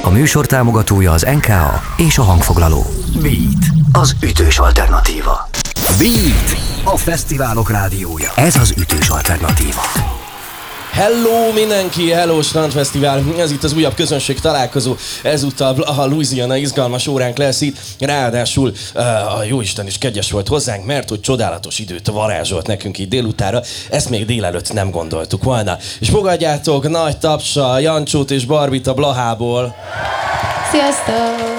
A műsor támogatója az NKA és a hangfoglaló. Beat, az ütős alternatíva. Beat, a fesztiválok rádiója. Ez az ütős alternatíva. Hello mindenki, hello Strandfesztivál, ez itt az újabb közönség találkozó, ezúttal a Louisiana izgalmas óránk lesz itt, ráadásul a Jóisten is kegyes volt hozzánk, mert hogy csodálatos időt varázsolt nekünk így délutára, ezt még délelőtt nem gondoltuk volna. És fogadjátok nagy tapssal Jancsót és Barbit a Blahából. Sziasztok!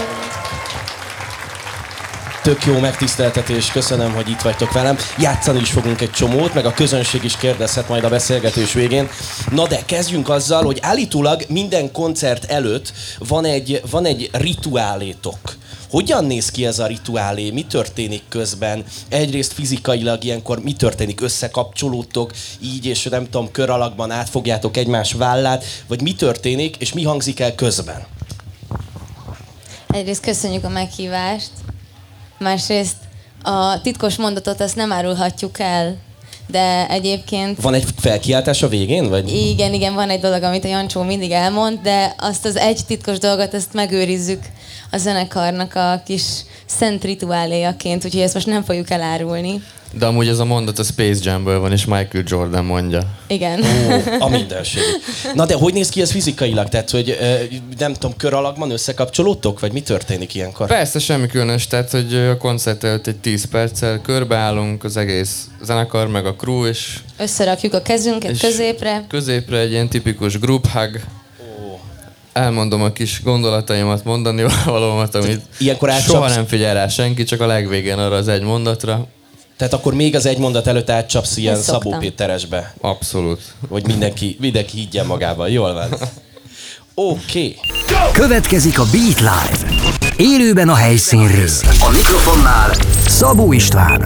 Tök jó megtiszteltetés, köszönöm, hogy itt vagytok velem. Játszani is fogunk egy csomót, meg a közönség is kérdezhet majd a beszélgetés végén. Na de kezdjünk azzal, hogy állítólag minden koncert előtt van egy rituálétok. Hogyan néz ki ez a rituálé? Mi történik közben? Egyrészt fizikailag ilyenkor mi történik? Összekapcsolódtok így, és nem tudom, kör alakban átfogjátok egymás vállát? Vagy mi történik, és mi hangzik el közben? Egyrészt köszönjük a meghívást. Másrészt a titkos mondatot azt nem árulhatjuk el, de egyébként... Van egy felkiáltás a végén, vagy? Igen, van egy dolog, amit a Jancsó mindig elmond, de azt az egy titkos dolgot, azt megőrizzük a zenekarnak a kis szent rituáléjaként, úgyhogy ezt most nem fogjuk elárulni. De amúgy ez a mondat a Space Jamből van, és Michael Jordan mondja. Igen. Ó, a mindenség. Na de hogy néz ki ez fizikailag? Tehát, hogy nem tudom, kör alakban összekapcsolódtok? Vagy mi történik ilyenkor? Persze, semmi különös, tehát hogy a koncert előtt egy 10 perccel körbeállunk, az egész zenekar, meg a crew, és... Összerakjuk a kezünket középre. Középre egy ilyen tipikus group hug. Elmondom a kis gondolataimat, mondani valómat, amit soha nem figyel rá senki, csak a legvégén arra az egy mondatra. Tehát akkor még az egy mondat előtt átcsapsz ilyen Szabó Péteresbe. Abszolút. Hogy mindenki higgyen magában. Jól van. Oké. Következik a Beat Live. Élőben a helyszínről. A mikrofonnál Szabó István.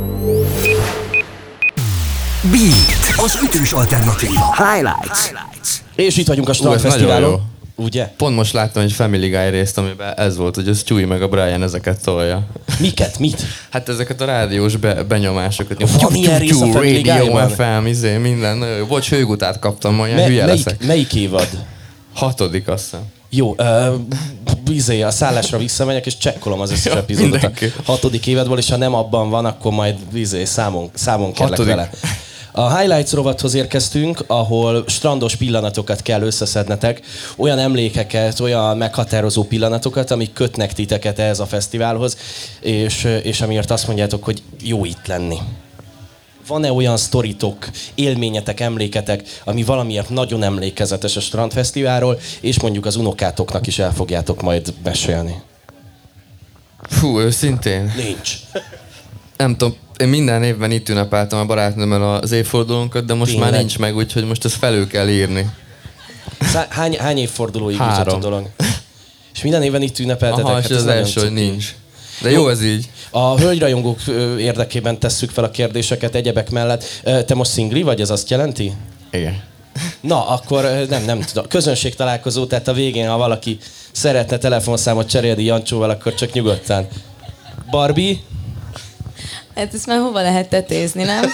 Beat, az ütős alternatíva. Highlights. És itt vagyunk a Strandfesztiválon. Ugye? Pont most láttam egy Family Guy részt, amiben ez volt, hogy az Chewie meg a Brian ezeket tolja. Miket? Mit? Hát ezeket a rádiós benyomásokat. Van ilyen rész a Family Guy-ban? FM, minden. Bocs, hőgutát kaptam, olyan hülye leszek. Melyik évad? 6. azt hiszem. Jó, a szállásra visszamegyek, és csekkolom az összes epizódot a 6. évadból, és ha nem abban van, akkor majd számon kérlek vele. A Highlights rovathoz érkeztünk, ahol strandos pillanatokat kell összeszednetek, olyan emlékeket, olyan meghatározó pillanatokat, amik kötnek titeket ehhez a fesztiválhoz, és amiért azt mondjátok, hogy jó itt lenni. Van-e olyan sztoritok, élményetek, emléketek, ami valamiért nagyon emlékezetes a Strandfesztiválról, és mondjuk az unokátoknak is el fogjátok majd mesélni? Fú, őszintén? Nincs. Nem tudom, én minden évben itt ünnepeltem a barátnőmmel az évfordulónkat, de most Tényleg? már nincs meg, úgyhogy most ezt felül kell írni. Hány évfordulóig 3. jutott a dolog? És minden évben itt ünnepeltetek? Aha, és az első, hogy nincs. De jó ez így. A hölgyrajongók érdekében tesszük fel a kérdéseket egyebek mellett. Te most szingli vagy, ez azt jelenti? Igen. Na, akkor nem tudom. Közönség találkozó, tehát a végén, ha valaki szeretne telefonszámot cserélni Jancsóval, akkor csak nyugodtan. Barbie? Hát ezt már hova lehet tetézni, nem?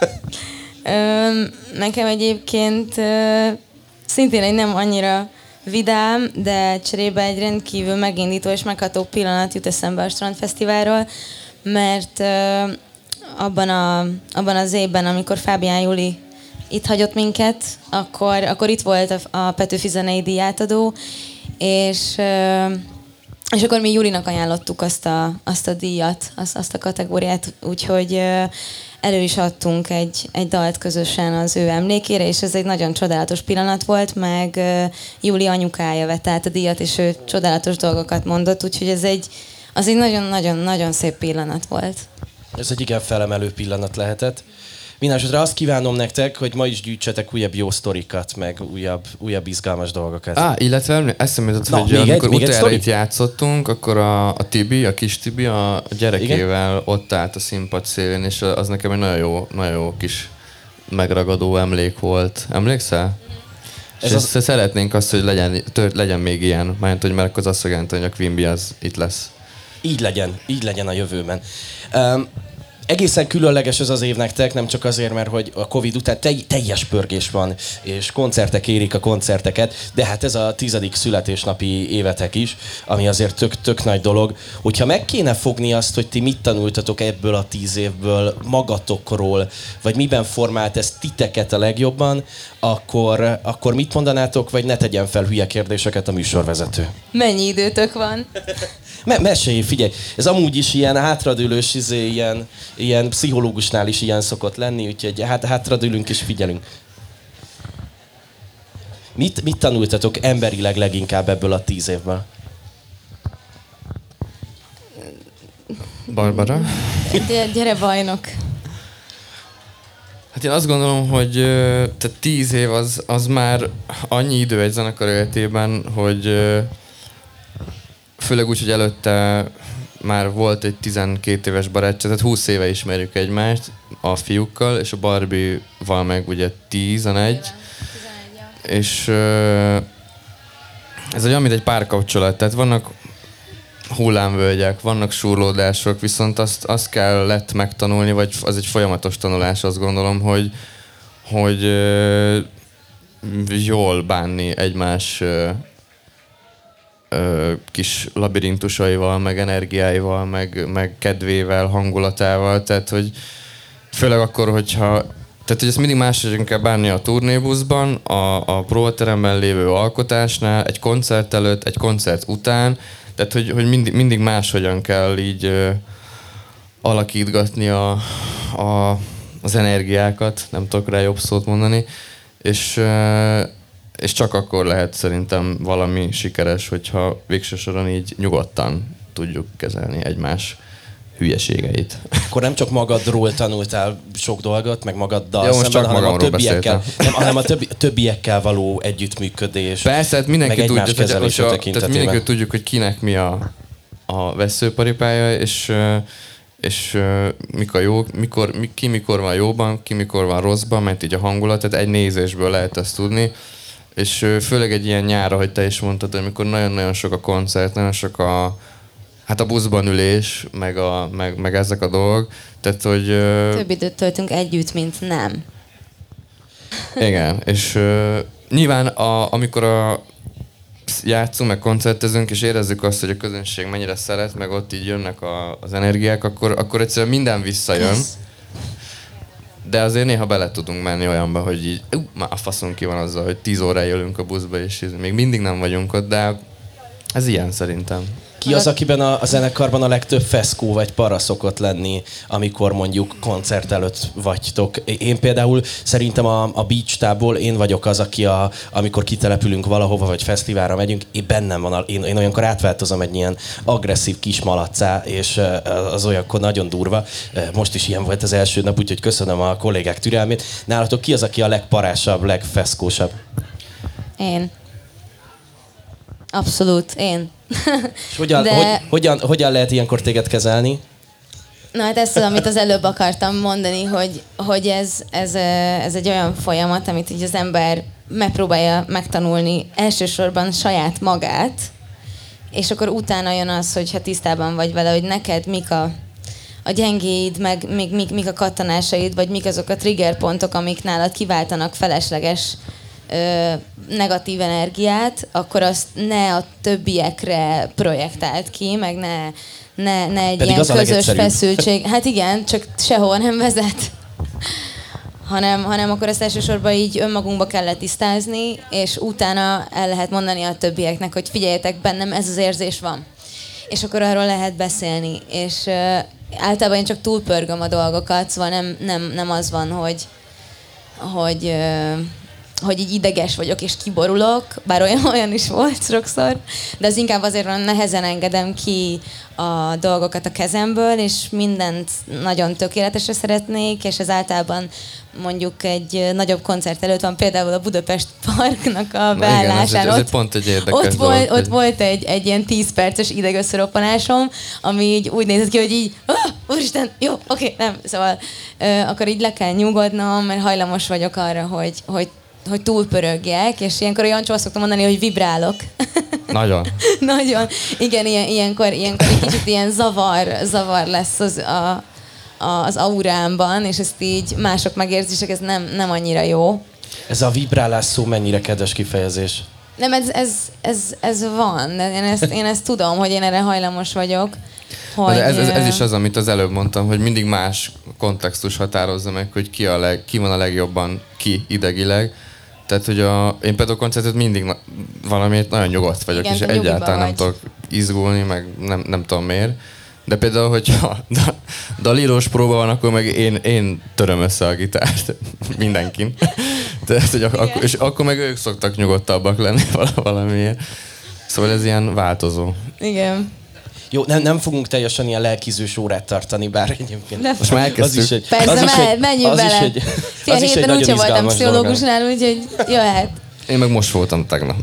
Nekem egyébként szintén egy nem annyira vidám, de cserébe egy rendkívül megindító és megható pillanat jut eszembe a Strandfesztiválról, mert abban az évben, amikor Fábián Júli itt hagyott minket, akkor itt volt a Petőfi Zenei díjátadó, és akkor mi Júlinak ajánlottuk azt a díjat, azt a kategóriát, úgyhogy elő is adtunk egy dalt közösen az ő emlékére, és ez egy nagyon csodálatos pillanat volt, meg Júli anyukája vett át a díjat, és ő csodálatos dolgokat mondott, úgyhogy az egy nagyon-nagyon-nagyon szép pillanat volt. Ez egy igen felemelő pillanat lehetett. Mindenesetre azt kívánom nektek, hogy ma is gyűjtsetek újabb jó sztorikat, meg újabb izgalmas dolgokat. Illetve eszembe jutott, hogy amikor utoljára itt játszottunk, akkor a kis Tibi a gyerekével igen? Ott állt a színpad szélén, és az nekem egy nagyon jó kis megragadó emlék volt. Emlékszel? És szeretnénk azt, hogy legyen még ilyen, mert akkor az azt jelenti, hogy a Quimby az itt lesz. Így legyen a jövőben. Egészen különleges ez az év nektek, nem csak azért, mert hogy a Covid után teljes pörgés van, és koncertek érik a koncerteket, de hát ez a 10. születésnapi évetek is, ami azért tök nagy dolog. Hogyha meg kéne fogni azt, hogy ti mit tanultatok ebből a 10 évből magatokról, vagy miben formált ez titeket a legjobban, akkor mit mondanátok, vagy ne tegyen fel hülye kérdéseket a műsorvezető? Mennyi időtök van? Mesélj, figyelj, ez amúgy is ilyen hátradőlős, ilyen pszichológusnál is ilyen szokott lenni, úgyhogy hátradőlünk és figyelünk. Mit tanultatok emberileg leginkább ebből a 10 évből? Barbara? Gyere bajnok! Hát én azt gondolom, hogy tehát 10 év az már annyi idő egy zenekar életében, hogy főleg úgy, hogy előtte már volt egy 12 éves barátság, tehát 20 éve ismerjük egymást a fiúkkal, és a Barbie-val meg ugye 11. És ez olyan, mint egy párkapcsolat, tehát vannak hullámvölgyek, vannak surlódások, viszont azt kellett megtanulni, vagy az egy folyamatos tanulás, azt gondolom, hogy jól bánni egymás kis labirintusaival, meg energiáival, meg kedvével, hangulatával, tehát hogy főleg akkor, tehát, hogy ezt mindig máshogy kell bánni a turnébuszban, a próbateremben lévő alkotásnál, egy koncert előtt, egy koncert után, tehát, hogy mindig máshogyan kell így alakítgatni az energiákat, nem tudok rá jobb szót mondani, és csak akkor lehet szerintem valami sikeres, hogyha végső soron így nyugodtan tudjuk kezelni egymás hülyeségeit. Akkor nem csak magadról tanultál sok dolgot, meg magaddal ja, szemben, hanem a többiekkel való együttműködés. Persze, hát mindenki tudja, tehát mindenki tudjuk, hogy kinek mi a veszőparipája, és ki mikor van jóban, ki mikor van rosszban, mert így a hangulat, tehát egy nézésből lehet ezt tudni. És főleg egy ilyen nyára, hogy te is mondtad, hogy amikor nagyon-nagyon sok a koncert, nagyon sok a buszban ülés, meg ezek a dolgok. Tehát, hogy... Több időt töltünk együtt, mint nem. Igen, és nyilván amikor játszunk, meg koncertezünk, és érezzük azt, hogy a közönség mennyire szeret, meg ott így jönnek az energiák, akkor egyszerűen minden visszajön. De azért néha bele tudunk menni olyanba, hogy így már a faszon ki van azzal, hogy 10 óráig ülünk a buszba, és még mindig nem vagyunk ott, de ez ilyen szerintem. Ki az, akiben a zenekarban a legtöbb feszkó vagy para szokott lenni, amikor mondjuk koncert előtt vagytok? Én például szerintem a Beach tából én vagyok az, aki amikor kitelepülünk valahova, vagy fesztiválra megyünk, én bennem van, én olyankor átváltozom egy ilyen agresszív kis malaccá, és az olyankor nagyon durva. Most is ilyen volt az első nap, úgyhogy köszönöm a kollégák türelmét. Nálatok ki az, aki a legparásabb, legfeszkósabb? Én. Abszolút, én. És hogyan lehet ilyenkor téged kezelni? Na hát ez az, amit az előbb akartam mondani, hogy ez egy olyan folyamat, amit így az ember megpróbálja megtanulni elsősorban saját magát, és akkor utána jön az, hogyha tisztában vagy vele, hogy neked mik a gyengéid, meg mik a kattanásaid, vagy mik azok a triggerpontok, amik nálad kiváltanak felesleges negatív energiát, akkor azt ne a többiekre projektált ki, meg ne egy pedig ilyen közös feszültség. Hát igen, csak sehol nem vezet. Hanem akkor ezt elsősorban így önmagunkba kellett tisztázni, és utána el lehet mondani a többieknek, hogy figyeljetek, bennem ez az érzés van. És akkor arról lehet beszélni. És általában én csak túlpörgöm a dolgokat, szóval nem az van, hogy így ideges vagyok és kiborulok, bár olyan is volt sokszor, de az inkább azért van, nehezen engedem ki a dolgokat a kezemből, és mindent nagyon tökéletesre szeretnék, és ez általában mondjuk egy nagyobb koncert előtt van, például a Budapest Parknak a beállásán. Ez pont egy érdekes dolog. Ott volt egy ilyen 10 perces idegösszeroppanásom, ami így úgy nézett ki, hogy így, úristen, jó, oké, nem, szóval akkor így le kell nyugodnom, mert hajlamos vagyok arra, hogy túlpörögjek, és ilyenkor a Jancsó azt szoktam mondani, hogy vibrálok. Nagyon. Nagyon. Igen, ilyenkor egy kicsit ilyen zavar lesz az aurámban, és ezt így mások megérzések, ez nem annyira jó. Ez a vibrálás szó mennyire kedves kifejezés. Nem, ez van. Én ezt tudom, hogy én erre hajlamos vagyok. Hogy... Ez is az, amit az előbb mondtam, hogy mindig más kontextus határozza meg, hogy ki van a legjobban ki idegileg. Tehát, hogy én például koncertet mindig valamiért nagyon nyugodt vagyok, igen, és egyáltalán nem tudok izgulni, meg nem tudom miért. De például, hogyha dalírós próba van, akkor meg én töröm össze a gitárt mindenkin. Tehát, hogy és akkor meg ők szoktak nyugodtabbak lenni valamiért. Szóval ez ilyen változó. Igen. Jó, nem fogunk teljesen ilyen lelkizős órát tartani, bár egyébként. Most már elkezdtük. Persze, menjünk bele. Fél héten úgyse voltam pszichológusnál, úgyhogy jöhet. Én meg most voltam tegnap.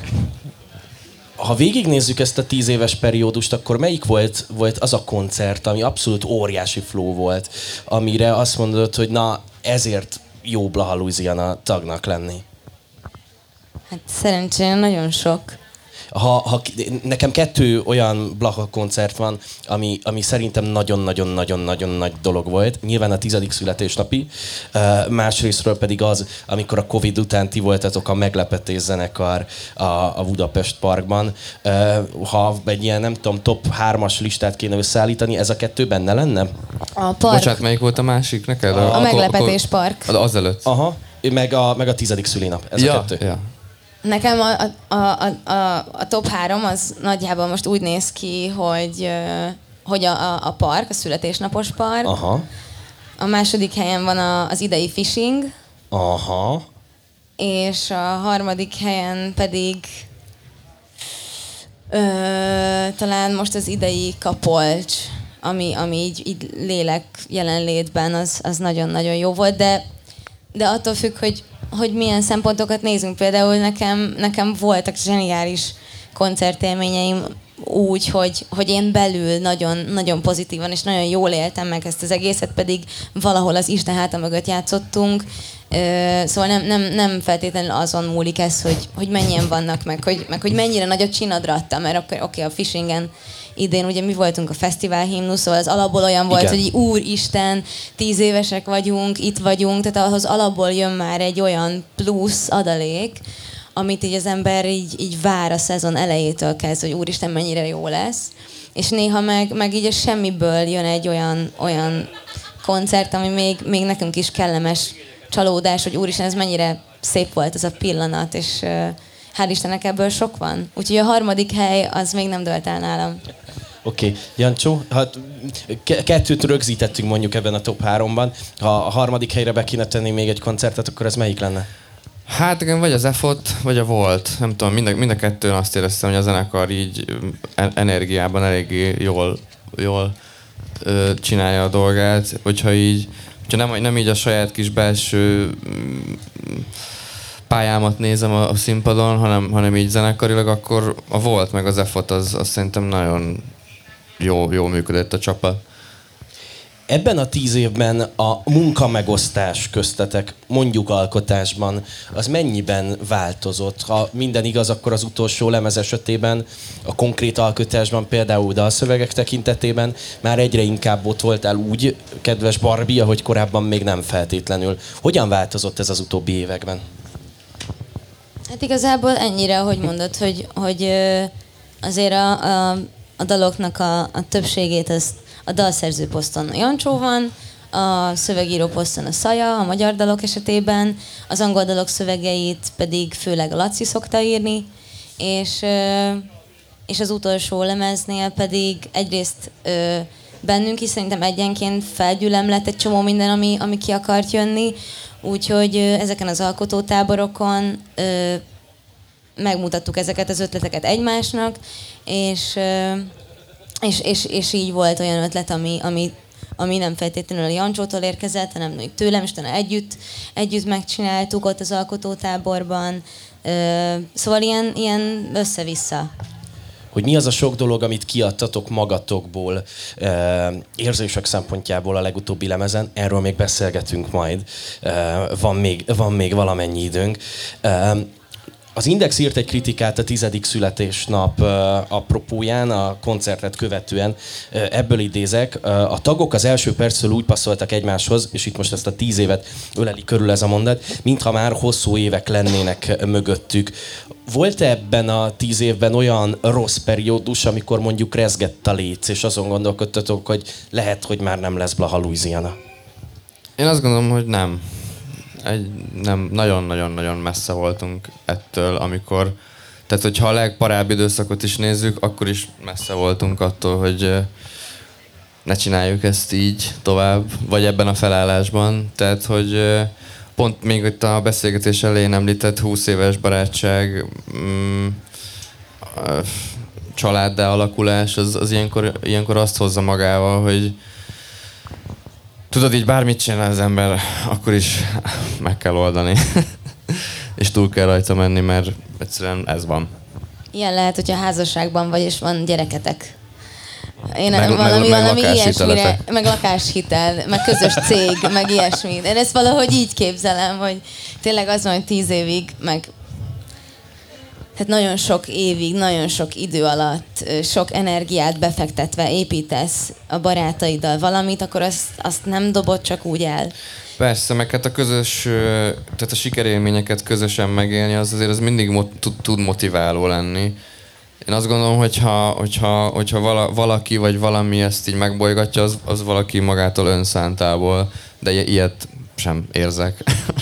Ha végignézzük ezt a 10 éves periódust, akkor melyik volt az a koncert, ami abszolút óriási flow volt, amire azt mondod, hogy na, ezért jó Blaha Louisiana tagnak lenni? Hát szerencsére nagyon sok. Nekem 2 olyan Blaha koncert van, ami szerintem nagyon-nagyon-nagyon-nagyon nagy dolog volt. Nyilván a 10. születésnapi, másrésztről pedig az, amikor a Covid után ti voltatok a Meglepetés zenekar a Budapest Parkban. Ha egy ilyen, nem tudom, top 3-as listát kéne összeállítani, ez a 2 benne lenne? A park. Bocsánat, melyik volt a másik neked? A Meglepetés Park. Azelőtt. Aha, meg a 10. szülinap, ez a 2. Ja. Nekem a top 3 az nagyjából most úgy néz ki, hogy a park, a születésnapos park. Aha. A második helyen van az idei fishing. Aha. És a harmadik helyen pedig talán most az idei Kapolcs, ami így lélek jelenlétben az nagyon-nagyon jó volt, de attól függ, hogy milyen szempontokat nézünk. Például nekem voltak zseniális koncertélményeim úgy, hogy én belül nagyon, nagyon pozitívan és nagyon jól éltem meg ezt az egészet, pedig valahol az Isten háta mögött játszottunk. Szóval nem feltétlenül azon múlik ez, hogy mennyien vannak, meg hogy mennyire nagy a csinadratta, mert oké, a fishingen idén ugye mi voltunk a fesztivál himnusz, szóval az alapból olyan volt, igen, hogy úristen, 10 évesek vagyunk, itt vagyunk, tehát ahhoz alapból jön már egy olyan plusz adalék, amit így az ember így vár a szezon elejétől kezdve, hogy úristen, mennyire jó lesz. És néha meg így a semmiből jön egy olyan koncert, ami még nekünk is kellemes csalódás, hogy úristen, ez mennyire szép volt ez a pillanat, és hál' Istennek ebből sok van. Úgyhogy a harmadik hely az még nem dölt el nálam. Oké. Jancsó, hát 2 rögzítettünk mondjuk ebben a top 3-ban. Ha a harmadik helyre be kéne tenni még egy koncertet, akkor ez melyik lenne? Hát igen, vagy az EFOT, vagy a Volt. Nem tudom, mind a 2 azt éreztem, hogy a zenekar így energiában eléggé jól csinálja a dolgát. Hogyha nem így a saját kis belső pályámat nézem a színpadon, hanem így zenekarilag, akkor a Volt meg az EFOT az szerintem nagyon jó működött a csapat. Ebben a 10 évben a munkamegosztás köztetek, mondjuk alkotásban, az mennyiben változott? Ha minden igaz, akkor az utolsó lemez esetében, a konkrét alkotásban, például dalszövegek tekintetében már egyre inkább ott voltál úgy, kedves Barbie, ahogy korábban még nem feltétlenül. Hogyan változott ez az utóbbi években? Hát igazából ennyire, ahogy mondod, hogy azért a daloknak a többségét azt a dalszerző poszton a Jancsó van, a szövegíró poszton a Szaja, a magyar dalok esetében, az angol dalok szövegeit pedig főleg a Laci szokta írni, és az utolsó lemeznél pedig egyrészt bennünk is szerintem egyenként felgyűlöm lett egy csomó minden, ami ki akart jönni, úgyhogy ezeken az alkotótáborokon megmutattuk ezeket az ötleteket egymásnak, és így volt olyan ötlet, ami nem feltétlenül a Jancsótól érkezett, hanem tőlem, és utána együtt megcsináltuk ott az alkotótáborban. Szóval ilyen össze-vissza. Hogy mi az a sok dolog, amit kiadtatok magatokból, érzések szempontjából a legutóbbi lemezen, erről még beszélgetünk majd, van még valamennyi időnk. Az Index írt egy kritikát a 10. születésnap apropóján, a koncertet követően. Ebből idézek. A tagok az első perctől úgy passzoltak egymáshoz, és itt most ezt a 10 évet öleli körül ez a mondat, mintha már hosszú évek lennének mögöttük. Volt-e ebben a 10 évben olyan rossz periódus, amikor mondjuk rezgett a léc, és azon gondolkodtatok, hogy lehet, hogy már nem lesz Blaha Louisiana? Én azt gondolom, hogy nem. Nem, nagyon-nagyon-nagyon messze voltunk ettől, amikor... Tehát, hogyha a legparábbi időszakot is nézzük, akkor is messze voltunk attól, hogy ne csináljuk ezt így tovább, vagy ebben a felállásban. Tehát, hogy pont még itt a beszélgetés elején említett 20 éves barátság, családdá alakulás, az ilyenkor azt hozza magával, hogy tudod, így bármit csinál az ember, akkor is meg kell oldani. És túl kell rajta menni, mert egyszerűen ez van. Ilyen lehet, hogyha házasságban vagy, és van gyereketek. Én meg ilyesmire, meg lakáshitel, meg közös cég, meg ilyesmi. Én ezt valahogy így képzelem, hogy tényleg az van, hogy 10 évig, meg tehát nagyon sok évig, nagyon sok idő alatt, sok energiát befektetve építesz a barátaiddal valamit, akkor azt nem dobod csak úgy el. Persze, meg hát a közös, tehát a sikerélményeket közösen megélni, az azért az mindig tud motiváló lenni. Én azt gondolom, hogyha valaki vagy valami ezt így megbolygatja, az valaki magától önszántából, de ilyet sem érzek.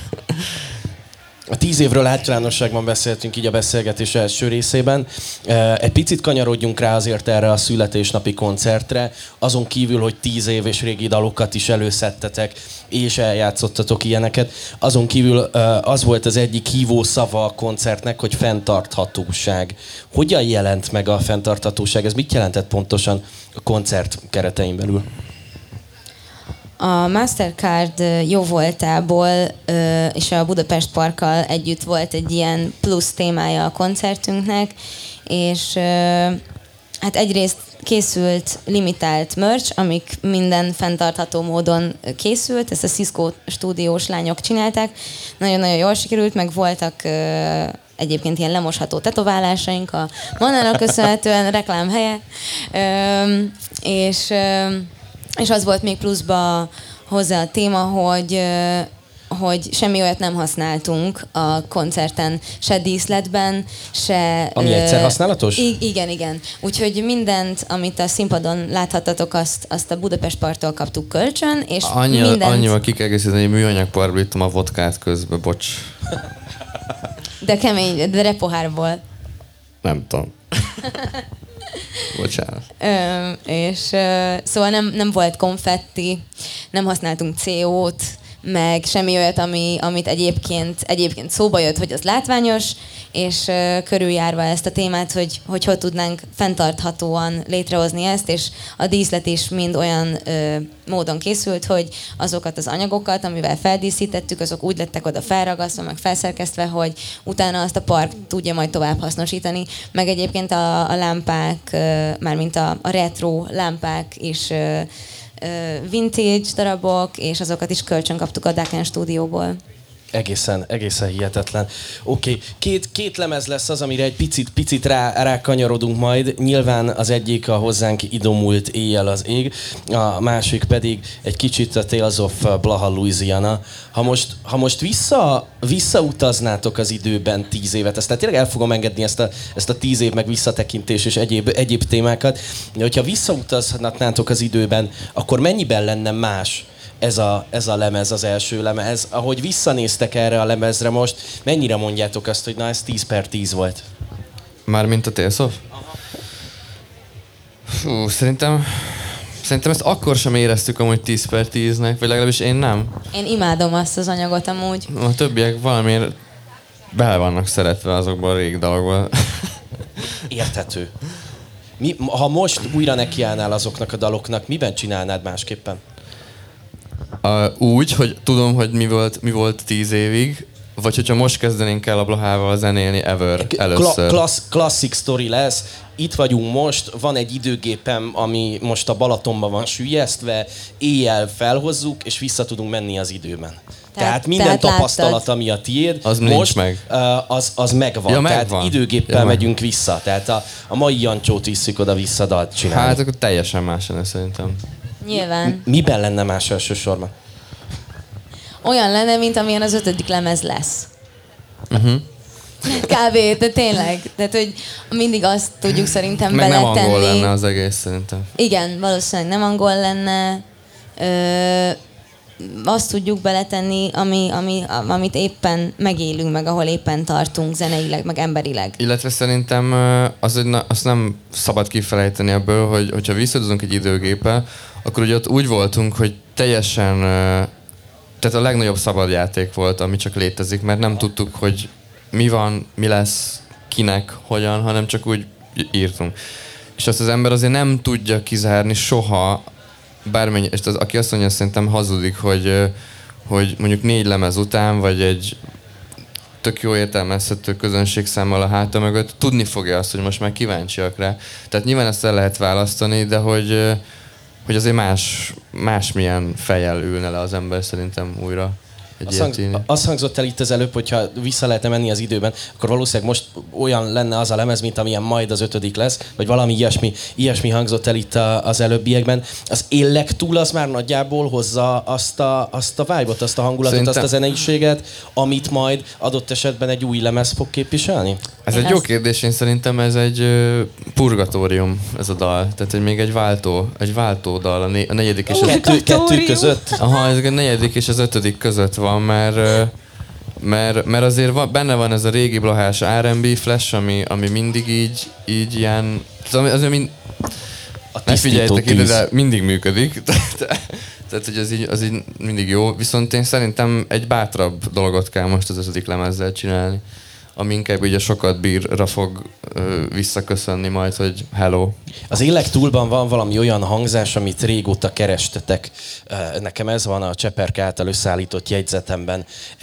A 10 évről általánosságban beszéltünk így a beszélgetés első részében. Egy picit kanyarodjunk rá azért erre a születésnapi koncertre, azon kívül, hogy 10 év és régi dalokat is előszedtetek, és eljátszottatok ilyeneket. Azon kívül az volt az egyik hívó szava a koncertnek, hogy fenntarthatóság. Hogyan jelent meg a fenntarthatóság? Ez mit jelentett pontosan a koncert keretein belül? A Mastercard jó voltából és a Budapest Parkkal együtt volt egy ilyen plusz témája a koncertünknek, és hát egyrészt készült limitált merch, amik minden fenntartható módon készült, ezt a Cisco stúdiós lányok csinálták, nagyon-nagyon jól sikerült, meg voltak egyébként ilyen lemosható tetoválásaink a Mannának köszönhetően, reklámhelye, és az volt még pluszba hozzá a téma, hogy semmi olyat nem használtunk a koncerten, se díszletben, se... Ami egyszer használatos? Igen. Úgyhogy mindent, amit a színpadon láthattatok, azt a Budapest Parktól kaptuk kölcsön, és Annyival ki kell egészíteni, hogy műanyag parból ittam a vodkát közben, bocs. De kemény, de repohárból. Nem tudom. Bocsánat. Szóval nem volt konfetti, nem használtunk CO-t, meg semmi olyat, amit egyébként szóba jött, hogy az látványos, és körüljárva ezt a témát, hogy tudnánk fenntarthatóan létrehozni ezt, és a díszlet is mind olyan módon készült, hogy azokat az anyagokat, amivel feldíszítettük, azok úgy lettek oda felragasztva, meg felszerkesztve, hogy utána azt a park tudja majd tovább hasznosítani, meg egyébként a lámpák, mármint a retro lámpák is vintage darabok, és azokat is kölcsön kaptuk a Daken stúdióból. Egészen hihetetlen. Oké, két lemez lesz az, amire egy picit rákanyarodunk majd. Nyilván az egyik a hozzánk idomult Éjjel az ég, a másik pedig egy kicsit a Tales of Blaha Louisiana. Ha most visszautaznátok az időben 10 évet, aztán tényleg el fogom engedni ezt a 10 év meg visszatekintés és egyéb témákat, de hogyha visszautazhatnátok az időben, akkor mennyiben lenne más ez a lemez, az első lemez? Ahogy visszanéztek erre a lemezre most, mennyire mondjátok azt, hogy na ez 10/10 volt? Mármint a Tales of? Fú, szerintem ezt akkor sem éreztük amúgy 10/10-nek, vagy legalábbis én nem. Én imádom azt az anyagot amúgy. A többiek valamiért bele vannak szeretve azokból a régi dalokból. Érthető. Ha most újra nekiállnál azoknak a daloknak, miben csinálnád másképpen? Úgy, hogy tudom, hogy mi volt 10 évig, vagy hogyha most kezdenénk el a Blahával zenélni először. Klasszik sztori lesz. Itt vagyunk most, van egy időgépem, ami most a Balatonban van süllyesztve, éjjel felhozzuk, és vissza tudunk menni az időben. Tehát minden tapasztalat, láttad. Ami a tiéd, az most meg. Az megvan. Ja, tehát megvan. Időgéppel megyünk vissza. Tehát a mai Jancsót visszük oda-vissza dalt csinálni. Hát akkor teljesen más lenne szerintem. Nyilván. Miben lenne más elsősorban? Olyan lenne, mint amilyen az 5. lemez lesz. Kb. De tényleg. Tehát, hogy mindig azt tudjuk szerintem meg beletenni. Nem angol lenne az egész szerintem. Igen, valószínűleg nem angol lenne. Azt tudjuk beletenni, amit éppen megélünk, meg ahol éppen tartunk zeneileg, meg emberileg. Illetve szerintem azt nem szabad kifelejteni ebből, hogyha visszadozunk egy időgéppel, akkor ugye ott úgy voltunk, hogy teljesen, tehát a legnagyobb szabadjáték volt, ami csak létezik, mert nem tudtuk, hogy mi van, mi lesz, kinek, hogyan, hanem csak úgy írtunk. És azt az ember azért nem tudja kizárni soha, bármennyi, és aki azt mondja, szerintem hazudik, hogy mondjuk 4 lemez után, vagy egy tök jó értelmezhető közönségszámmal a háta mögött tudni fogja azt, hogy most már kíváncsiak rá. Tehát nyilván ezt el lehet választani, de hogy azért másmilyen fejjel ülne le az ember szerintem újra. Azt hangzott el itt az előbb, hogyha vissza lehetne menni az időben, akkor valószínűleg most olyan lenne az a lemez, mint amilyen majd az 5. lesz, vagy valami ilyesmi hangzott el itt az előbbiekben. Az Éllek túl az már nagyjából hozza azt a vibe-ot, azt a hangulatot, szerintem... azt a zeneiséget, amit majd adott esetben egy új lemez fog képviselni? Ez egy jó kérdés, én szerintem ez egy purgatórium, ez a dal. Tehát hogy még egy váltó dal, a 4. és a kettő között. Aha, ez a 4. és az 5. között van, mert azért benne van ez a régi blahás R&B flash, ami mindig így ilyen... Azért ne figyeljetek ide, de mindig működik. Tehát, hogy az így mindig jó. Viszont én szerintem egy bátrabb dolgot kell most az 5. lemezzel csinálni, ami inkább ugye sokat bírra fog visszaköszönni majd, hogy hello. Az Éllek túlban van valami olyan hangzás, amit régóta kerestetek. Nekem ez van a Cseperke által összeállított jegyzetemben.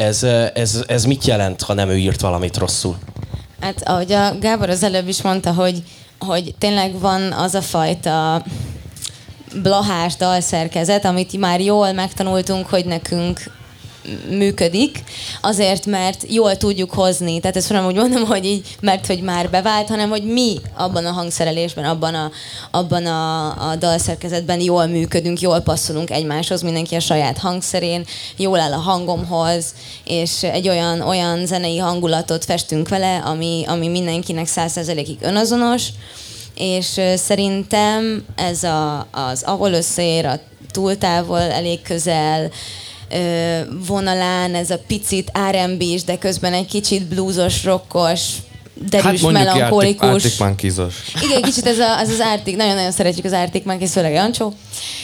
Ez mit jelent, ha nem ő írt valamit rosszul? Hát ahogy a Gábor az előbb is mondta, hogy tényleg van az a fajta blahás dalszerkezet, amit már jól megtanultunk, hogy nekünk működik, azért, mert jól tudjuk hozni. Tehát ezt nem úgy mondom, hogy így, mert hogy már bevált, hanem hogy mi abban a hangszerelésben, abban a dalszerkezetben jól működünk, jól passzolunk egymáshoz, mindenki a saját hangszerén, jól áll a hangomhoz, és egy olyan zenei hangulatot festünk vele, ami mindenkinek 100%-ig önazonos, és szerintem ez az ahol összeér, a túl távol, elég közel, vonalán, ez a picit R&B-s, de közben egy kicsit bluesos, rockos, derűs, melankolikus. Arctic Monkeys-os. Igen, kicsit ez az Arctic, nagyon-nagyon szeretjük az Arctic Monkeys, főleg Jancsó.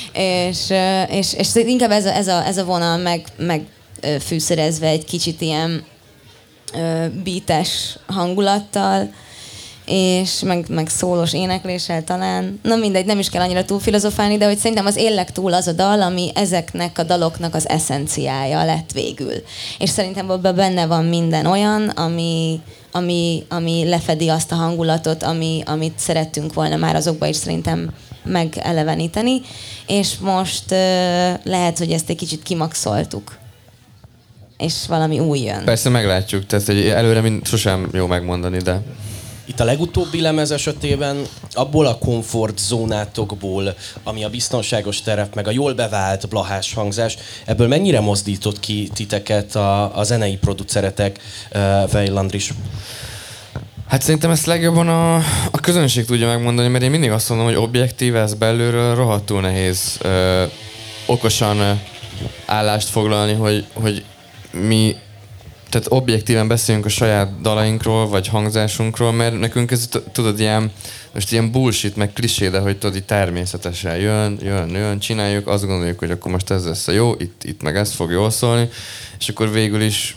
És inkább ez a vonal meg fűszerezve egy kicsit ilyen beates hangulattal, és meg szólós énekléssel talán. Na mindegy, nem is kell annyira túl filozofálni, de hogy szerintem az Éllek túl az a dal, ami ezeknek a daloknak az eszenciája lett végül. És szerintem abban benne van minden olyan, ami lefedi azt a hangulatot, amit szerettünk volna már azokba is szerintem megeleveníteni, és most lehet, hogy ezt egy kicsit kimaxoltuk. És valami új jön. Persze meglátjuk, tehát előre sosem jó megmondani, de... Itt a legutóbbi lemez esetében abból a komfortzónátokból, ami a biztonságos terep, meg a jól bevált blahás hangzás, ebből mennyire mozdított ki titeket a zenei produceretek, Weil Andris? Hát szerintem ezt legjobban a közönség tudja megmondani, mert én mindig azt mondom, hogy objektív, ez belülről rohadtul nehéz okosan állást foglalni, hogy mi... Tehát objektíven beszéljünk a saját dalainkról, vagy hangzásunkról, mert nekünk ez, tudod, ilyen bullshit, meg klisé, de hogy tudod, így természetesen jön, csináljuk, azt gondoljuk, hogy akkor most ez lesz a jó, itt meg ez fog jól szólni, és akkor végül is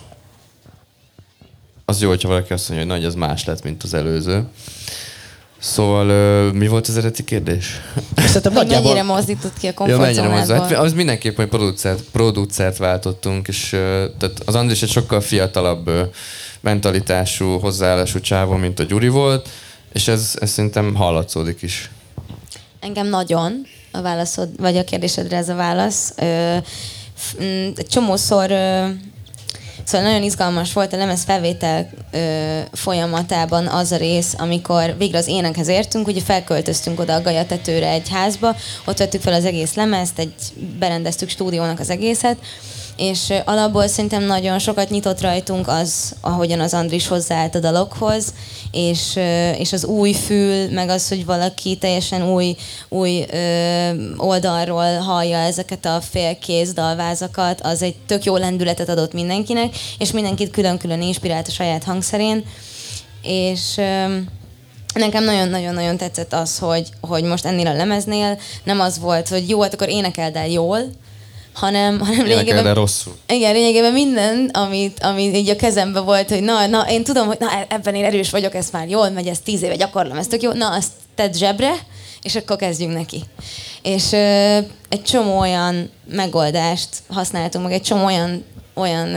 az jó, hogyha valaki azt mondja, hogy nagy, ez más lett, mint az előző. Szóval mi volt az eredeti kérdés? Mennyire mozdított ki a komfortzónádból? Hát az mindenképp, hogy producert váltottunk, és tehát az Andris egy sokkal fiatalabb mentalitású, hozzáállású csávó, mint a Gyuri volt, és ez szerintem hallatszódik is. Engem nagyon a válaszod, vagy a kérdésedre ez a válasz. csomószor szóval nagyon izgalmas volt a lemez felvétel folyamatában az a rész, amikor végre az énekhez értünk, ugye felköltöztünk oda a Galyatetőre egy házba, ott vettük fel az egész lemezt, berendeztük stúdiónak az egészet, és alapból szerintem nagyon sokat nyitott rajtunk az, ahogyan az Andris hozzáállt a dalokhoz, és az új fül, meg az, hogy valaki teljesen új oldalról hallja ezeket a félkész dalvázakat, az egy tök jó lendületet adott mindenkinek, és mindenkit külön-külön inspirált a saját hangszerén, és nekem nagyon-nagyon-nagyon tetszett az, hogy most ennél a lemeznél nem az volt, hogy jó, hát akkor énekeld el jól, hanem lényegében rosszul. Igen, lényegében minden, ami így a kezemben volt, hogy na, én tudom, hogy ebben én erős vagyok, ez már jól megy, ezt 10 éve gyakorlom, ez tök jó, na, azt tedd zsebre, és akkor kezdjünk neki. És egy csomó olyan megoldást használtunk, meg egy csomó olyan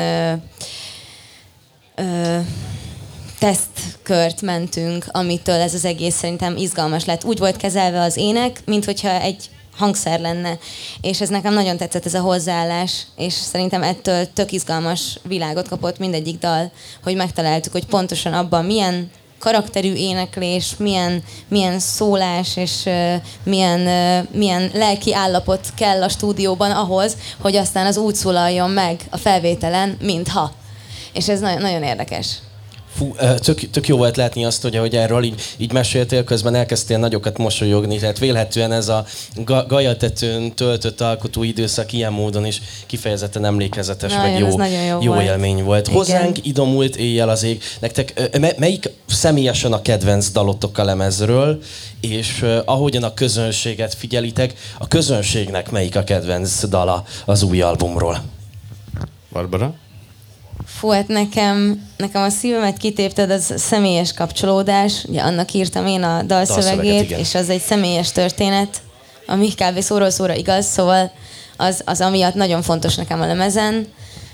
tesztkört mentünk, amitől ez az egész szerintem izgalmas lett. Úgy volt kezelve az ének, mint hogyha egy hangszer lenne, és ez nekem nagyon tetszett, ez a hozzáállás, és szerintem ettől tök izgalmas világot kapott mindegyik dal, hogy megtaláltuk, hogy pontosan abban milyen karakterű éneklés, milyen szólás, és milyen lelki állapot kell a stúdióban ahhoz, hogy aztán az úgy szólaljon meg a felvételen, mintha. És ez nagyon, nagyon érdekes. Fú, tök jó volt látni azt, hogy erről így meséltél, közben elkezdtél nagyokat mosolyogni, tehát vélhetően ez a Galyatetőn töltött alkotóidőszak ilyen módon is kifejezetten emlékezetes, vagy jó élmény volt. Igen. Hozzánk idomult éjjel az ég. Nektek melyik személyesen a kedvenc dalotok a lemezről, és ahogyan a közönséget figyelitek, a közönségnek melyik a kedvenc dala az új albumról? Barbara? Fú, hát nekem a szívemet kitépted, az személyes kapcsolódás. Ugye annak írtam én a dalszövegét, és az egy személyes történet, ami kb. Szóról szóra igaz, szóval az amiatt nagyon fontos nekem a lemezen.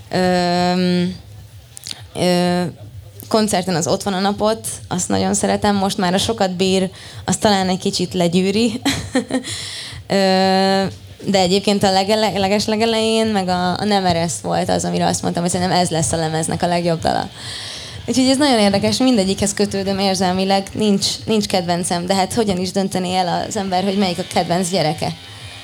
Koncerten az Ott van a napot, azt nagyon szeretem, most már a Sokat bír, azt talán egy kicsit legyűri. De egyébként a legelején, meg a Nem eresz volt az, amire azt mondtam, hogy szerintem ez lesz a lemeznek a legjobb dala. Úgyhogy ez nagyon érdekes, mindegyikhez kötődöm érzelmileg, nincs kedvencem, de hát hogyan is dönteni el az ember, hogy melyik a kedvenc gyereke?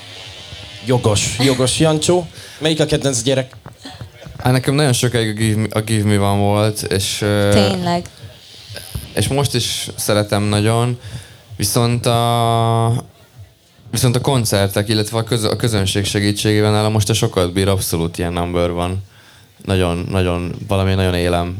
Jogos, Jancsó. Melyik a kedvenc gyerek? Hát nekem nagyon sokáig a Give Me One volt, és... Tényleg. És most is szeretem nagyon, viszont a koncertek, illetve a közönség segítségével nálam most a Sokat bír abszolút ilyen number van. Valami nagyon élem.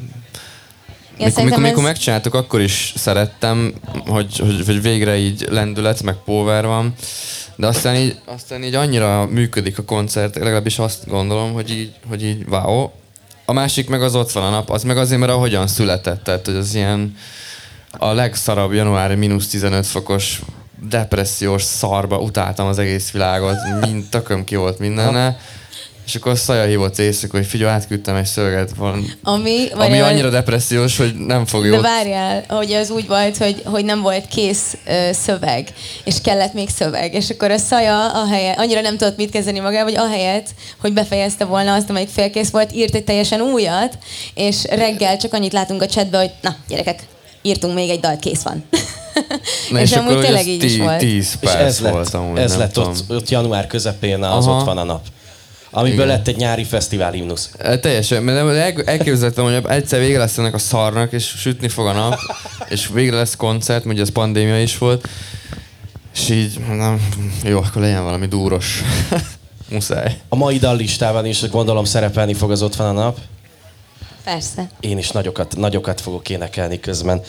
Mikor megcsináltuk, akkor is szerettem, hogy végre így lendület, meg power van. De aztán így annyira működik a koncert, legalábbis azt gondolom, hogy így wow. A másik meg az Ott van a nap, az meg azért, mert ahogyan született, tehát hogy az ilyen a legszarabb januári -15 fokos depressziós szarba utáltam az egész világot, tököm ki volt mindenne. És akkor Szaja hívott éjszaka, hogy figyelj, átküldtem egy szöveget, ami annyira depressziós, hogy nem fog jót. De várjál, hogy az úgy volt, hogy nem volt kész szöveg, és kellett még szöveg. És akkor a Szaja annyira nem tudott mit kezdeni magával, hogy ahelyett, hogy befejezte volna azt, amelyik félkész volt, írt egy teljesen újat, és reggel csak annyit látunk a chatbe, hogy na, gyerekek, írtunk még egy dalt, kész van. Na és amúgy tényleg így is volt. 10 perc volt amúgy. Ez lett ott január közepén az Ott van a nap. Amiből lett egy nyári fesztivál himnusz. Teljesen, mert elképzeltem, hogy egyszer vége lesz ennek a szarnak, és sütni fog a nap, és végre lesz koncert, ugye ez pandémia is volt, és így, jó, akkor legyen valami dúros. Muszáj. A mai dallistában is gondolom szerepelni fog az Ott van a nap. Persze. Én is nagyokat fogok énekelni közben.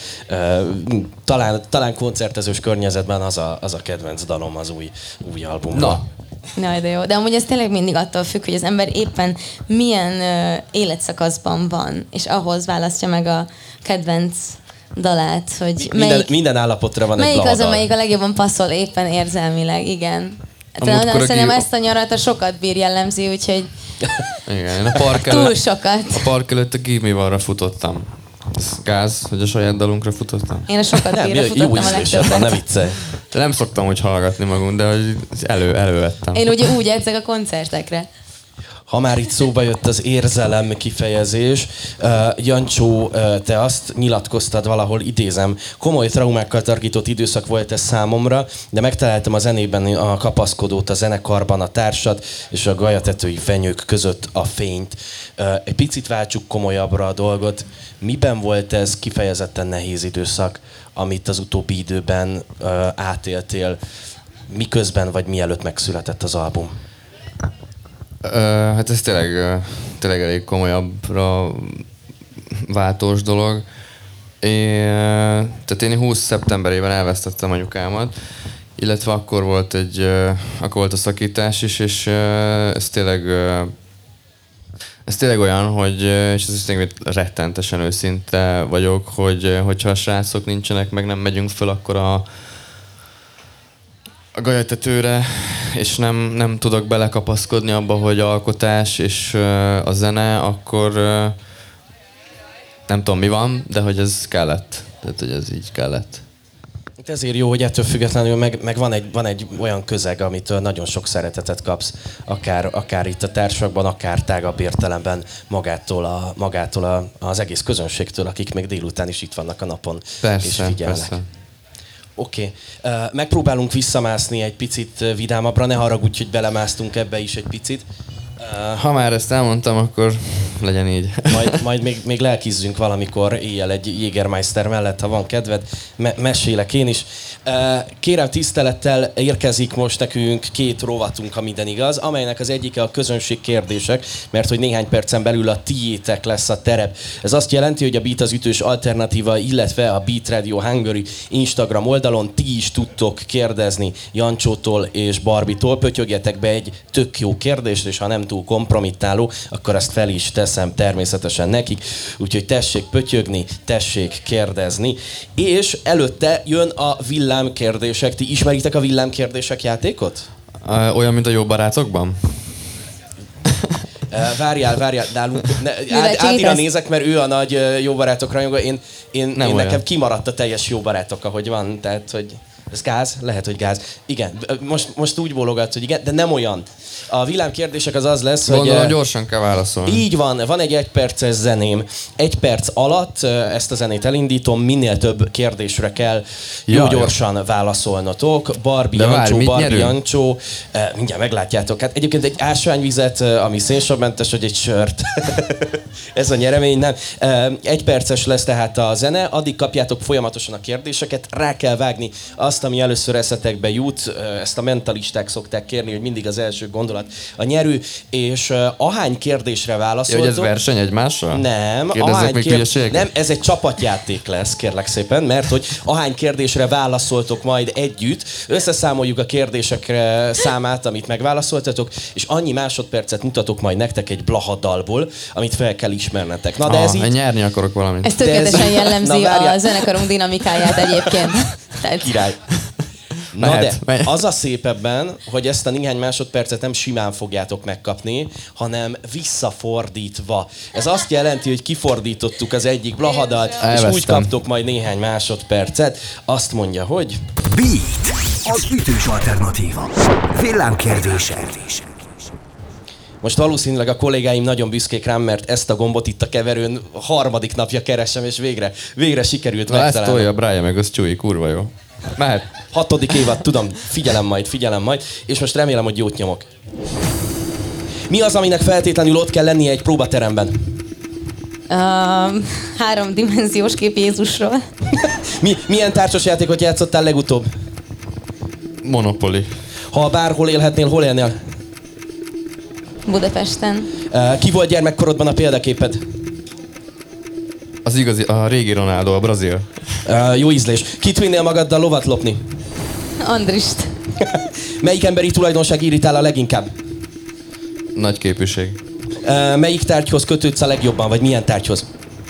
Talán koncertezős környezetben az a kedvenc dalom az új albumban. Na, de jó. De amúgy ez tényleg mindig attól függ, hogy az ember éppen milyen életszakaszban van, és ahhoz választja meg a kedvenc dalát, hogy minden állapotra van egy melyik blaha az, amelyik a legjobban passzol éppen érzelmileg, igen. Szerintem ezt a nyarat a Sokat bír jellemzi, úgyhogy igen, túl sokat. A park előtt a Give Me One-ra futottam. Ez gáz, hogy a saját dalunkra futottam? Én a Sokat bírra futottam a legtöbbet. Ne viccelj. De nem szoktam úgy hallgatni magunk, de elővettem. Én ugye úgy edzek a koncertekre. Ha már itt szóba jött az érzelem kifejezés, Jancsó, te azt nyilatkoztad valahol, idézem, komoly traumákkal tarkított időszak volt ez számomra, de megtaláltam a zenében a kapaszkodót, a zenekarban a társat és a galyatetői fenyők között a fényt. Egy picit váltsuk komolyabbra a dolgot. Miben volt ez kifejezetten nehéz időszak, amit az utóbbi időben átéltél, miközben vagy mielőtt megszületett az album? Hát ez tényleg elég komolyabbra váltós dolog. Tehát én 20 szeptemberében elvesztettem anyukámat, illetve akkor volt a szakítás is, és ez tényleg olyan, hogy, és ez tényleg rettentesen őszinte vagyok, hogyha a srácok nincsenek, meg nem megyünk föl, akkor a galyatetőre, és nem tudok belekapaszkodni abba, hogy alkotás és a zene, akkor nem tudom mi van, de hogy ez kellett. Tehát, hogy ez így kellett. Ezért jó, hogy ettől függetlenül meg van egy olyan közeg, amitől nagyon sok szeretetet kapsz, akár itt a társakban, akár tágabb értelemben magától az egész közönségtől, akik még délután is itt vannak a napon, persze, és figyelnek. Persze. Oké. Megpróbálunk visszamászni egy picit vidámabbra, ne haragudj, hogy belemásztunk ebbe is egy picit. Ha már ezt elmondtam, akkor legyen így. Majd még lelkizzünk valamikor éjjel egy Jägermeister mellett, ha van kedved, mesélek én is. Kérem, tisztelettel érkezik most nekünk 2 rovatunk, ha minden igaz, amelynek az egyike a közönség kérdések, mert hogy néhány percen belül a tiétek lesz a terep. Ez azt jelenti, hogy a Beat az ütős alternatíva, illetve a Beat Radio Hungary Instagram oldalon ti is tudtok kérdezni Jancsótól és Barbitól. Pötyögjetek be egy tök jó kérdést, és ha nem túl kompromittáló, akkor azt fel is teszem természetesen nekik. Úgyhogy tessék pötyögni, tessék kérdezni. És előtte jön a villámkérdések. Ti ismeritek a villámkérdések játékot? Olyan, mint a Jó barátokban? Várjál, nálunk. Ádira nézek, mert ő a nagy Jó barátok rajongó. Én nekem kimaradt a teljes Jó barátok, ahogy van. Tehát, hogy ez gáz? Lehet, hogy gáz. Igen, most úgy bólogatsz, hogy igen, de nem olyan. A villámkérdések az lesz, gondolom, hogy gyorsan kell válaszolni. Így van egy 1 perces zeném. 1 perc alatt ezt a zenét elindítom, minél több kérdésre kell gyorsan válaszolnotok. Barbie Jancsó. Mindjárt meglátjátok. Hát egyébként egy ásványvizet, ami szénsavmentes, vagy egy sört. Ez a nyeremény, nem. 1 perces lesz tehát a zene, addig kapjátok folyamatosan a kérdéseket, rá kell vágni azt, ami először eszetekbe jut. Ezt a mentalisták szokták kérni, hogy mindig az első gondolat a nyerő, és ahány kérdésre válaszoltok... Hogy ez verseny egymással? Nem. Nem, ez egy csapatjáték lesz, kérlek szépen, mert hogy ahány kérdésre válaszoltok majd együtt, összeszámoljuk a kérdések számát, amit megválaszoltatok, és annyi másodpercet mutatok majd nektek egy Blaha dalból, amit fel kell ismernetek. Na, de ez így... Nyerni akarok valamit. Ez tökéletesen jellemzi a zenekarunk dinamikáját egyébként. Király. Na de az a szép ebben, hogy ezt a néhány másodpercet nem simán fogjátok megkapni, hanem visszafordítva. Ez azt jelenti, hogy kifordítottuk az egyik blahadalt, és úgy kaptok majd néhány másodpercet. Azt mondja, hogy... Beat, az ütős alternatíva. Villámkérdések. Most valószínűleg a kollégáim nagyon büszkék rám, mert ezt a gombot itt a keverőn a 3. napja keresem, és végre sikerült megtalálnom. Ezt tolja Brian, meg az Csúi, kurva jó. Mehet. 6. évad, tudom, figyelem majd, és most remélem, hogy jót nyomok. Mi az, aminek feltétlenül ott kell lennie egy próbateremben? 3-dimenziós kép Jézusról. Milyen társasjátékot játszottál legutóbb? Monopoly. Ha bárhol élhetnél, hol élnél? Budapesten. Ki volt gyermekkorodban a példaképed? Az igazi, a régi Ronaldo, a brazil. Jó ízlés. Kit vinnél magaddal lovat lopni? Andrist. Melyik emberi tulajdonság irritál a leginkább? Nagy képűség. Melyik tárgyhoz kötődsz a legjobban, vagy milyen tárgyhoz?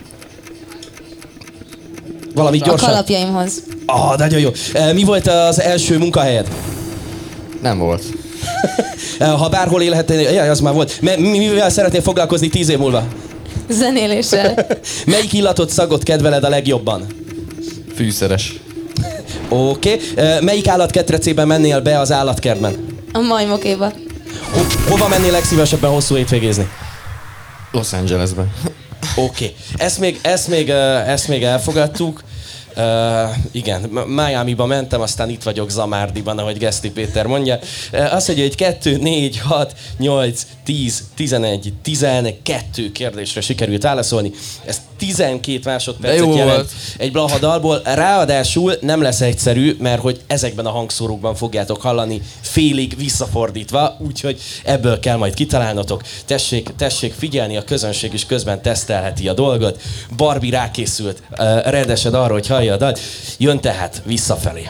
Valami gyorsan. A kalapjaimhoz. Nagyon jó. Mi volt az első munkahelyed? Nem volt. Ha bárhol élhetnél, az már volt. Mivel szeretnél foglalkozni 10 év múlva? Zenéléssel. Melyik illatot, szagot kedveled a legjobban? Fűszeres. Oké. Melyik állatketrecében mennél be az állatkertben? A majmokéba. Hova mennél legszívesebben hosszú hétvégézni? Los Angelesben. Oké. Ezt még elfogadtuk. Igen, Miami-ba mentem, aztán itt vagyok Zamárdiban, ahogy Geszti Péter mondja. Azt mondja, hogy 2, 4, 6, 8, 10, 11, 12 kérdésre sikerült válaszolni. Ez 12 másodpercet jelent volt egy blaha dalból. Ráadásul nem lesz egyszerű, mert hogy ezekben a hangszórókban fogjátok hallani félig visszafordítva, úgyhogy ebből kell majd kitalálnotok. Tessék figyelni, a közönség is közben tesztelheti a dolgot. Barbie rákészült, rendesed arra, hogy hallja a dalt. Jön tehát visszafelé.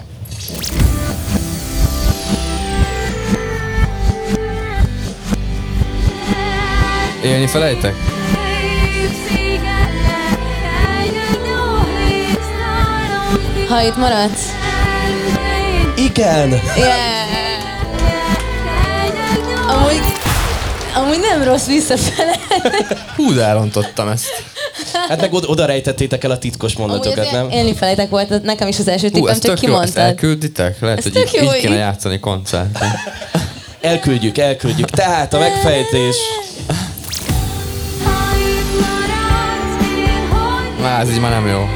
Élni felejtek? Ha itt maradsz. Igen! Yeah. Amúgy nem rossz visszafele. Hú, de elrontottam ezt. Hát meg oda rejtettétek el a titkos mondatokat, nem? Élni felejtek volt nekem is az első tippem, csak kimondtad. Ezt elkülditek? Lehet, hogy így kéne játszani koncerten. Elküldjük. Tehát a megfejtés... Ez így már nem jó.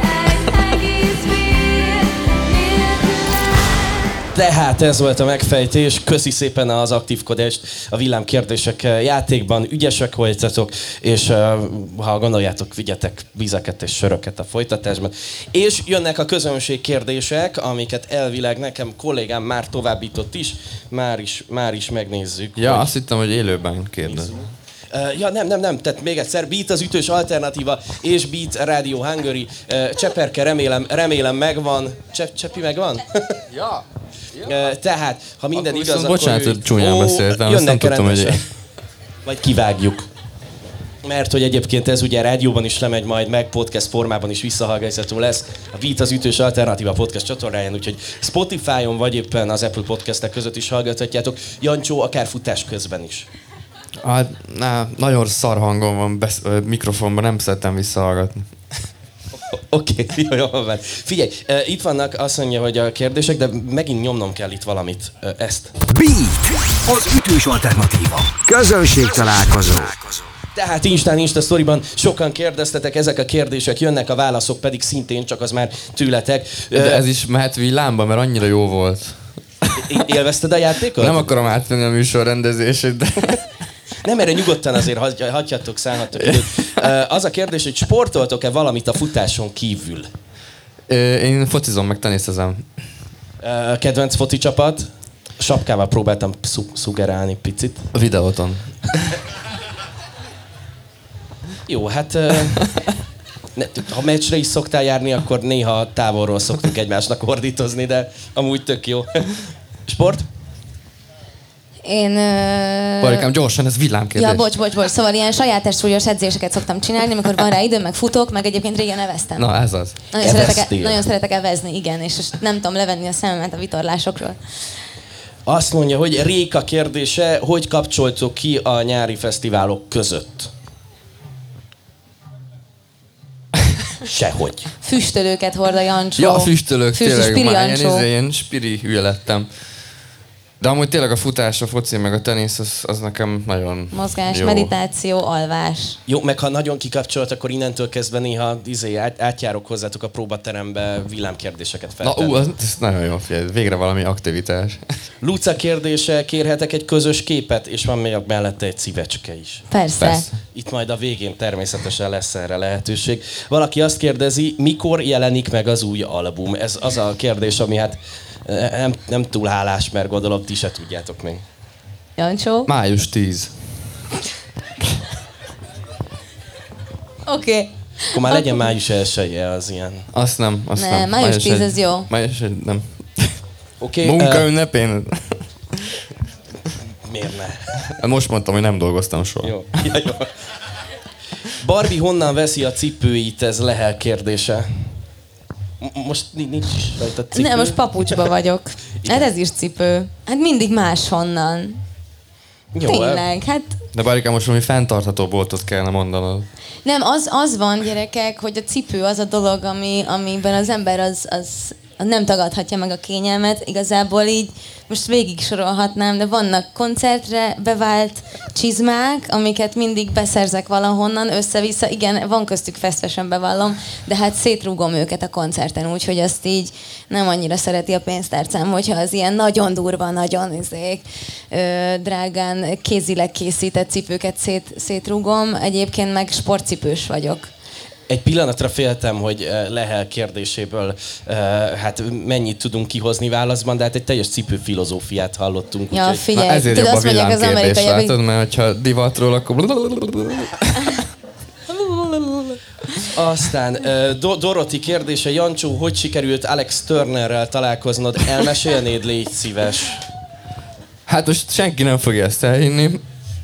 Tehát ez volt a megfejtés. Köszi szépen az aktívkodást a villámkérdések játékban. Ügyesek voltatok, és ha gondoljátok, vigyetek vízeket és söröket a folytatásban. És jönnek a közönség kérdések, amiket elvileg nekem kollégám már továbbított is. Már is megnézzük. Ja, hogy... azt hittem, hogy élőben kérdez. Ja, nem. Tehát még egyszer, Beat az ütős alternatíva, és Beat Radio Hungary. Cseperke remélem megvan. Csepi megvan? Ja. Tehát, ha minden akkor igaz, akkor... Bocsánat, hogy csúnyán beszéltem, azt nem tudtam, hogy... Vagy kivágjuk. Mert hogy egyébként ez ugye rádióban is lemegy majd meg, podcast formában is visszahallgatható lesz. A Beat az ütős alternatíva podcast csatornáján, úgyhogy Spotify-on vagy éppen az Apple podcastek között is hallgathatjátok. Jancsó, akár futás közben is. Hát, nagyon szar hangom van mikrofonban, nem szeretem visszahallgatni. Oké, jó van. Figyelj, itt vannak, azt mondja, hogy a kérdések, de megint nyomnom kell itt valamit. Ezt. Beat, az ütős alternatíva. Közönség találkozó. Tehát Insta Storyban sokan kérdeztetek, ezek a kérdések jönnek, a válaszok pedig szintén, csak az már tőletek. De ez is mehet villámba, mert annyira jó volt. Élvezted a játékot? Nem akarom átvenni a műsor rendezését, de... Nem, erre nyugodtan azért hagyjatok, szállhattok időt. Az a kérdés, hogy sportoltok-e valamit a futáson kívül? Én focizom, meg teniszezem. Kedvenc foci csapat? Sapkával próbáltam szugerálni picit. A videóton. Jó, hát... ha meccsre is szoktál járni, akkor néha távolról szoktunk egymásnak ordítozni, de amúgy tök jó. Sport? Én... Barikám, gyorsan, ez villámkérdés. Ja, bocs. Szóval ilyen saját testsúlyos edzéseket szoktam csinálni, amikor van rá időm, meg futok, meg egyébként régen eveztem. Na, ez az. Nagyon szeretek evezni, igen, és nem tudom levenni a szememet a vitorlásokról. Azt mondja, hogy Réka kérdése, hogy kapcsoltok ki a nyári fesztiválok között? Sehogy. Füstölőket hord a Jancsó. Ja, a füstölők, tényleg, már ilyen spiri hülye lettem. De amúgy tényleg a futás, a foci, meg a tenisz, az nekem nagyon mozgás, jó. meditáció, alvás. Jó, meg ha nagyon kikapcsolt, akkor innentől kezdve néha átjárok hozzátok a próbaterembe villámkérdéseket feltenni. Na, ez nagyon jó, figyelj, végre valami aktivitás. Luca kérdése, kérhetek egy közös képet, és van még mellette egy szívecske is. Persze. Itt majd a végén természetesen lesz erre lehetőség. Valaki azt kérdezi, mikor jelenik meg az új album? Ez az a kérdés, ami hát nem túl hálás, mert gondolom ti se tudjátok még. Jancsó? Május 10. Oké. Akkor már legyen május 1-je az ilyen. Azt nem. Május 10 az jó. Május 1, nem. Oké. Munkaünnepén. Miért ne? Most mondtam, hogy nem dolgoztam soha. Jó. Ja, jó. Barbie honnan veszi a cipőit? Ez Lehel kérdése. Most nincs is rajta cipő. Nem, most papucsba vagyok. Hát ez is cipő. Hát mindig máshonnan. Jó, tényleg, hát... De Barikám, most valami fenntartható boltot kellene mondanod. Nem, az van, gyerekek, hogy a cipő az a dolog, amiben az ember az nem tagadhatja meg a kényelmet. Igazából így most végig sorolhatnám, de vannak koncertre bevált csizmák, amiket mindig beszerzek valahonnan, össze-vissza. Igen, van köztük fesztesen bevallom, de hát szétrúgom őket a koncerten, úgyhogy azt így nem annyira szereti a pénztárcám, hogyha az ilyen nagyon durva, nagyon drágán kézileg készített cipőket szétrúgom. Egyébként meg sportcipős vagyok. Egy pillanatra féltem, hogy Lehel kérdéséből hát mennyit tudunk kihozni válaszban, de hát egy teljes cipőfilozófiát hallottunk. Ja, úgy, figyelj, ezért jobb a villámkérdés, látod, mert hogyha divatról, akkor... Aztán Dorothy kérdése, Jancsó, hogy sikerült Alex Turnerrel találkoznod? Elmesélnéd, légy szíves. Hát most senki nem fogja ezt elhinni.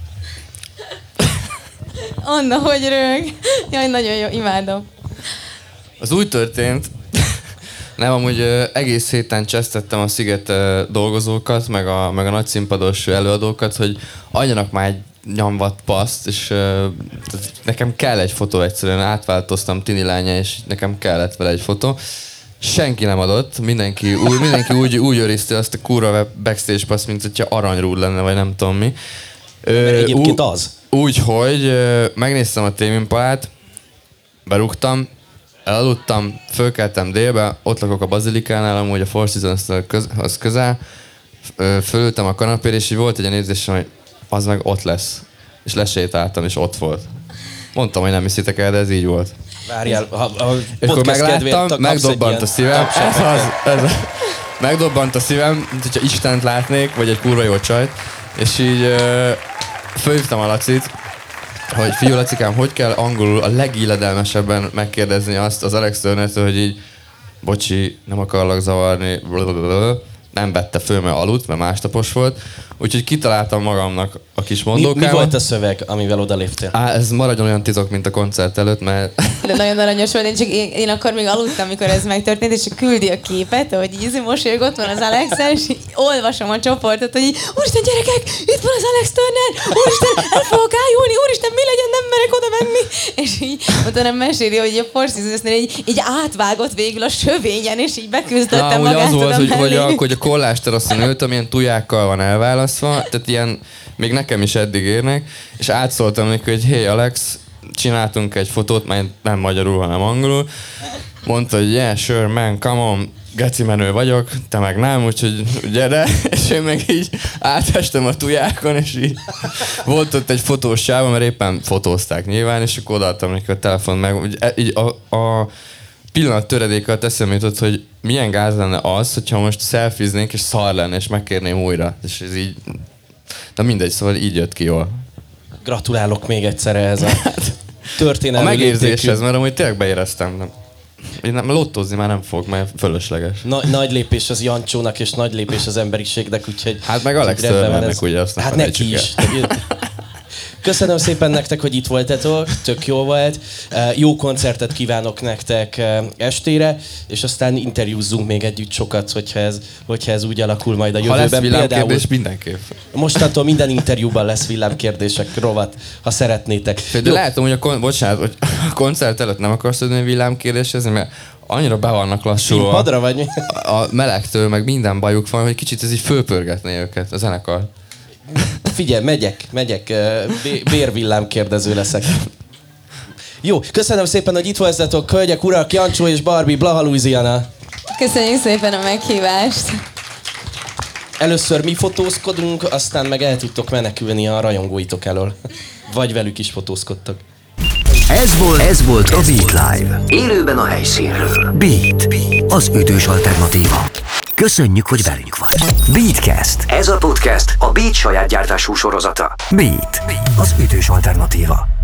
Anna, hogy rög. Jaj, nagyon jó, imádom. Az úgy történt, nem, amúgy egész héten csesztettem a Sziget dolgozókat, meg a nagyszínpados előadókat, hogy adjanak már egy nyomvat paszt, és nekem kell egy fotó egyszerűen, átváltoztam tini lánya, és nekem kellett vele egy fotó. Senki nem adott, mindenki úgy őrizte azt a kurva backstage paszt, mint hogyha aranyrúd lenne, vagy nem tudom mi. Egyébként az. Úgyhogy megnéztem a Tame Impalát, berúgtam, elaludtam, fölkeltem délbe, ott lakok a Bazilikánál, amúgy a Four Seasons-hoz közel, fölültem a kanapér, és így volt egy ilyen érzésem, hogy az meg ott lesz. És lesétáltam, és ott volt. Mondtam, hogy nem hiszitek el, de ez így volt. Várjál, és akkor megláttam, megdobbant a szívem. Megdobbant a szívem, mint hogyha Istent látnék, vagy egy kurva jó csajt. És így fölhívtam a Lacit, hogy fiú Lacikám, hogy kell angolul a legilledelmesebben megkérdezni azt az Alex Turnertől, hogy így bocsi, nem akarlak zavarni, blablabla. Nem vette föl, mert aludt, mert másnapos volt. Úgyhogy kitaláltam magamnak a kis mondókámat. Mi volt a szöveg, amivel odaléptél? Ez maradjon olyan titok, mint a koncert előtt, mert... De nagyon aranyos volt, én akkor még aludtam, amikor ez megtörtént, és küldi a képet, hogy így mosolyog, ott van az Alex, és olvasom a csoportot, hogy úristen gyerekek, itt van az Alex Turner, úristen, el fogok ájulni, úristen, mi legyen, nem merek oda menni. És így utána meséli, hogy a Four Seasons-nél így átvágott végül a sövényen, és így beküzdötte magát. Az volt, hogy a kollás teraszon ült, amilyen tujákkal van elválasztva, tehát ilyen még nekem is eddig érnek, és átszóltam neki, hogy hey Alex, csináltunk egy fotót, már nem magyarul, hanem angolul. Mondta, hogy yeah, sure man, come on, geci menő vagyok, te meg nem, úgyhogy gyere. És én meg így átestem a tujákon, és így volt ott egy fotós sáv, mert éppen fotózták nyilván, és akkor odaadtam neki a telefon meg. Így a pillanat töredékkal eszembe jutott, hogy milyen gáz lenne az, hogyha most selfiznénk, és szar lenne, és megkérném újra. És ez így... De mindegy, szóval így jött ki jól. Gratulálok még egyszer ehhez a történelmi a megérzéshez, mert amúgy tényleg beéreztem. Én lottózni már nem fogok, mert fölösleges. Nagy lépés az Jancsónak, és nagy lépés az emberiségnek, úgyhogy... Hát meg Alex Turnernek ugye azt hát neki is. Köszönöm szépen nektek, hogy itt voltatok, tök jó volt. Jó koncertet kívánok nektek estére, és aztán interjúzzunk még együtt sokat, hogyha ez úgy alakul majd a jövőben. Ha lesz villámkérdés, mindenképp. Mostantól minden interjúban lesz villámkérdések rovat, ha szeretnétek. De látom, hogy a koncert előtt nem akarsz tudni villámkérdésezni, mert annyira be vannak lassulva. Padra vagy mi? A melegtől, meg minden bajuk van, hogy kicsit ez így fölpörgetné őket, a zenekar. Figyelj, megyek, vérvillám kérdező leszek. Jó, köszönöm szépen, hogy itt voltatok, hölgyek, urak, Jancsó és Barbie, Blaha, Louisiana. Köszönjük szépen a meghívást. Először mi fotózkodunk, aztán meg el tudtok menekülni a rajongóitok elől. Vagy velük is fotózkodtak. Ez volt a Beat Live. Élőben a helyszínről. Beat, az ütős alternatíva. Köszönjük, hogy velünk vagy. Beatcast. Ez a podcast a Beat saját gyártású sorozata. Beat, az ütős alternatíva.